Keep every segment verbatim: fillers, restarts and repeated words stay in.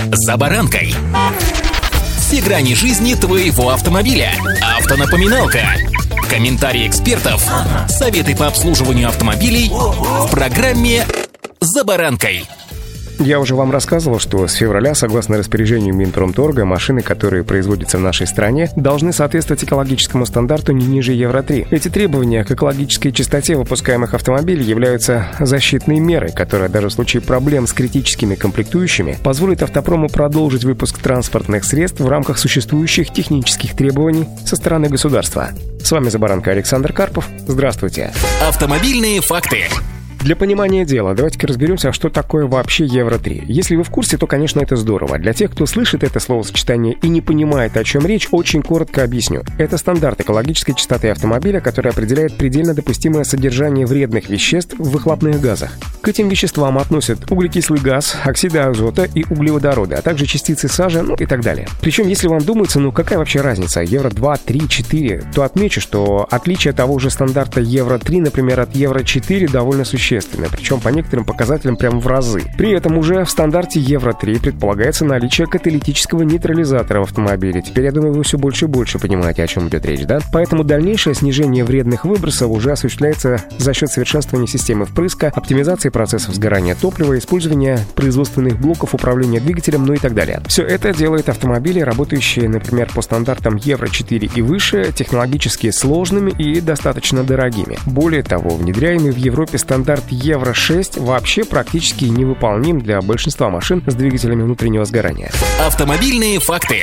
«За баранкой». Все грани жизни твоего автомобиля. Автонапоминалка. Комментарии экспертов. Советы по обслуживанию автомобилей в программе «За баранкой». Я уже вам рассказывал, что с февраля, согласно распоряжению Минпромторга, машины, которые производятся в нашей стране, должны соответствовать экологическому стандарту не ниже евро три. Эти требования к экологической чистоте выпускаемых автомобилей являются защитной мерой, которая даже в случае проблем с критическими комплектующими позволит автопрому продолжить выпуск транспортных средств в рамках существующих технических требований со стороны государства. С вами «За баранкой» Александр Карпов. Здравствуйте. Автомобильные факты. Для понимания дела, давайте-ка разберемся, что такое вообще евро три. Если вы в курсе, то, конечно, это здорово. Для тех, кто слышит это словосочетание и не понимает, о чем речь, очень коротко объясню. Это стандарт экологической чистоты автомобиля, который определяет предельно допустимое содержание вредных веществ в выхлопных газах. К этим веществам относят углекислый газ, оксиды азота и углеводороды, а также частицы сажи, ну и так далее. Причем, если вам думается, ну какая вообще разница, евро два, три, четыре, то отмечу, что отличие того же стандарта евро три, например, от евро четыре довольно существенно. Причем по некоторым показателям прям в разы. При этом уже в стандарте евро три предполагается наличие каталитического нейтрализатора в автомобиле. Теперь, я думаю, вы все больше и больше понимаете, о чем идет речь, да? Поэтому дальнейшее снижение вредных выбросов уже осуществляется за счет совершенствования системы впрыска, оптимизации процессов сгорания топлива, использования производственных блоков управления двигателем, ну и так далее. Все это делает автомобили, работающие, например, по стандартам евро четыре и выше, технологически сложными и достаточно дорогими. Более того, внедряемый в Европе стандарт евро шесть вообще практически невыполним для большинства машин с двигателями внутреннего сгорания. Автомобильные факты.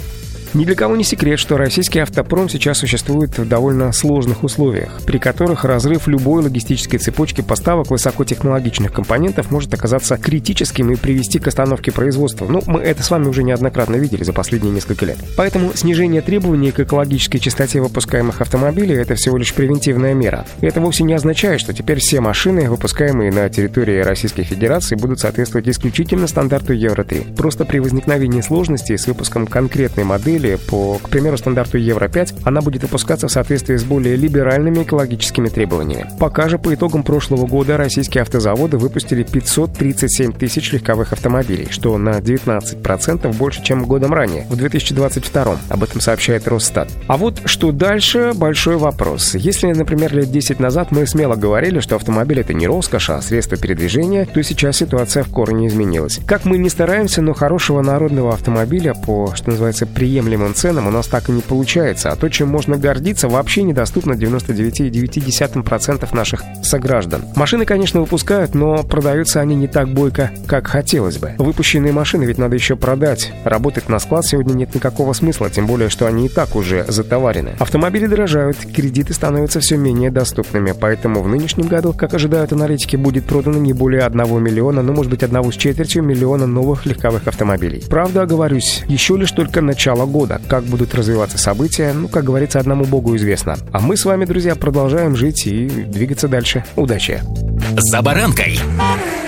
Ни для кого не секрет, что российский автопром сейчас существует в довольно сложных условиях, при которых разрыв любой логистической цепочки поставок высокотехнологичных компонентов может оказаться критическим и привести к остановке производства. Ну, мы это с вами уже неоднократно видели за последние несколько лет. Поэтому снижение требований к экологической чистоте выпускаемых автомобилей – это всего лишь превентивная мера. И это вовсе не означает, что теперь все машины, выпускаемые на территории Российской Федерации, будут соответствовать исключительно стандарту евро три. Просто при возникновении сложностей с выпуском конкретной модели по, к примеру, стандарту евро пять, она будет выпускаться в соответствии с более либеральными экологическими требованиями. Пока же по итогам прошлого года российские автозаводы выпустили пятьсот тридцать семь тысяч легковых автомобилей, что на девятнадцать процентов больше, чем годом ранее, в две тысячи двадцать втором. Об этом сообщает Росстат. А вот что дальше – большой вопрос. Если, например, лет десять назад мы смело говорили, что автомобиль – это не роскошь, а средство передвижения, то сейчас ситуация в корне изменилась. Как мы ни стараемся, но хорошего народного автомобиля по, что называется, приемлемым ценам у нас так и не получается, а то, чем можно гордиться, вообще недоступно девяносто девять целых девять десятых процента наших сограждан. Машины, конечно, выпускают, но продаются они не так бойко, как хотелось бы. Выпущенные машины ведь надо еще продать. Работать на склад сегодня нет никакого смысла, тем более, что они и так уже затоварены. Автомобили дорожают, кредиты становятся все менее доступными, поэтому в нынешнем году, как ожидают аналитики, будет продано не более одного миллиона, ну, может быть, одного с четвертью миллиона новых легковых автомобилей. Правда, оговорюсь, еще лишь только начало года. Как будут развиваться события, ну, как говорится, одному Богу известно. А мы с вами, друзья, продолжаем жить и двигаться дальше. Удачи! «За баранкой».